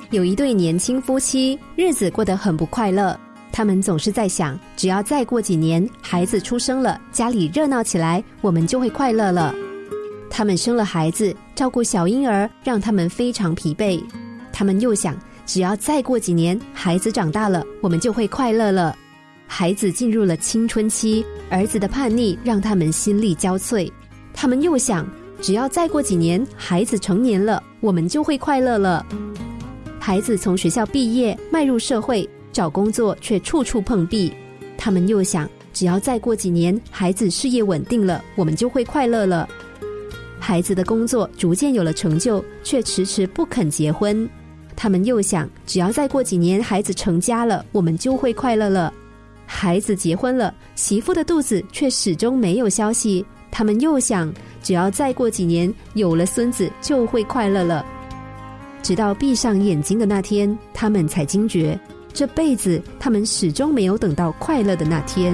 有一对年轻夫妻，日子过得很不快乐。他们总是在想，只要再过几年，孩子出生了，家里热闹起来，我们就会快乐了。他们生了孩子，照顾小婴儿，让他们非常疲惫。他们又想，只要再过几年，孩子长大了，我们就会快乐了。孩子进入了青春期，儿子的叛逆让他们心力交瘁。他们又想，只要再过几年，孩子成年了，我们就会快乐了。孩子从学校毕业，迈入社会，找工作却处处碰壁。他们又想，只要再过几年，孩子事业稳定了，我们就会快乐了。孩子的工作逐渐有了成就，却迟迟不肯结婚。他们又想，只要再过几年，孩子成家了，我们就会快乐了。孩子结婚了，媳妇的肚子却始终没有消息。他们又想，只要再过几年，有了孙子就会快乐了。直到闭上眼睛的那天，他们才惊觉，这辈子他们始终没有等到快乐的那天。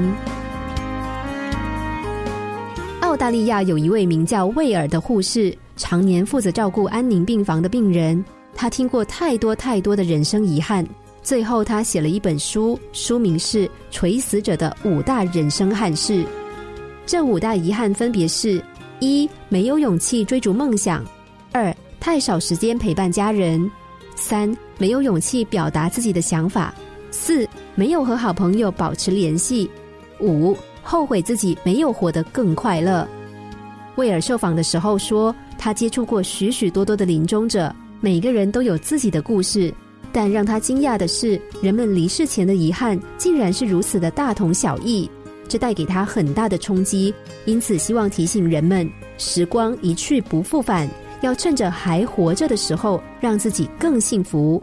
澳大利亚有一位名叫魏尔的护士，常年负责照顾安宁病房的病人。他听过太多的人生遗憾，最后他写了一本书，书名是《垂死者的5大人生憾事》。这5大遗憾分别是： 1. 没有勇气追逐梦想； 2. 太少时间陪伴家人； 3. 没有勇气表达自己的想法； 4. 没有和好朋友保持联系； 5. 后悔自己没有活得更快乐。魏尔受访的时候说，他接触过许许多的临终者，每个人都有自己的故事，但让他惊讶的是，人们离世前的遗憾竟然是如此的大同小异，这带给他很大的冲击。因此希望提醒人们，时光一去不复返，要趁着还活着的时候，让自己更幸福。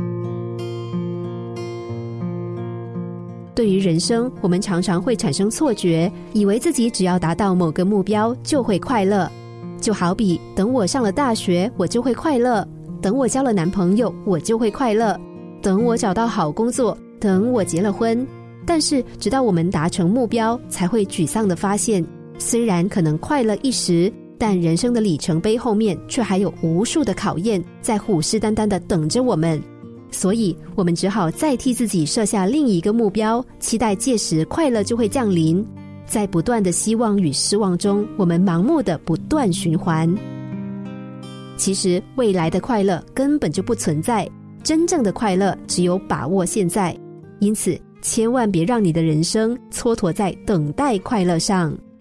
对于人生，我们常常会产生错觉，以为自己只要达到某个目标就会快乐。就好比等我上了大学，我就会快乐；等我交了男朋友，我就会快乐；等我找到好工作，等我结了婚。但是直到我们达成目标，才会沮丧地发现，虽然可能快乐一时，但人生的里程碑后面却还有无数的考验在虎视眈眈地等着我们。所以我们只好再替自己设下另一个目标，期待届时快乐就会降临。在不断的希望与失望中，我们盲目的不断循环。其实未来的快乐根本就不存在，真正的快乐只有把握现在。因此千万别让你的人生蹉跎在等待快乐上。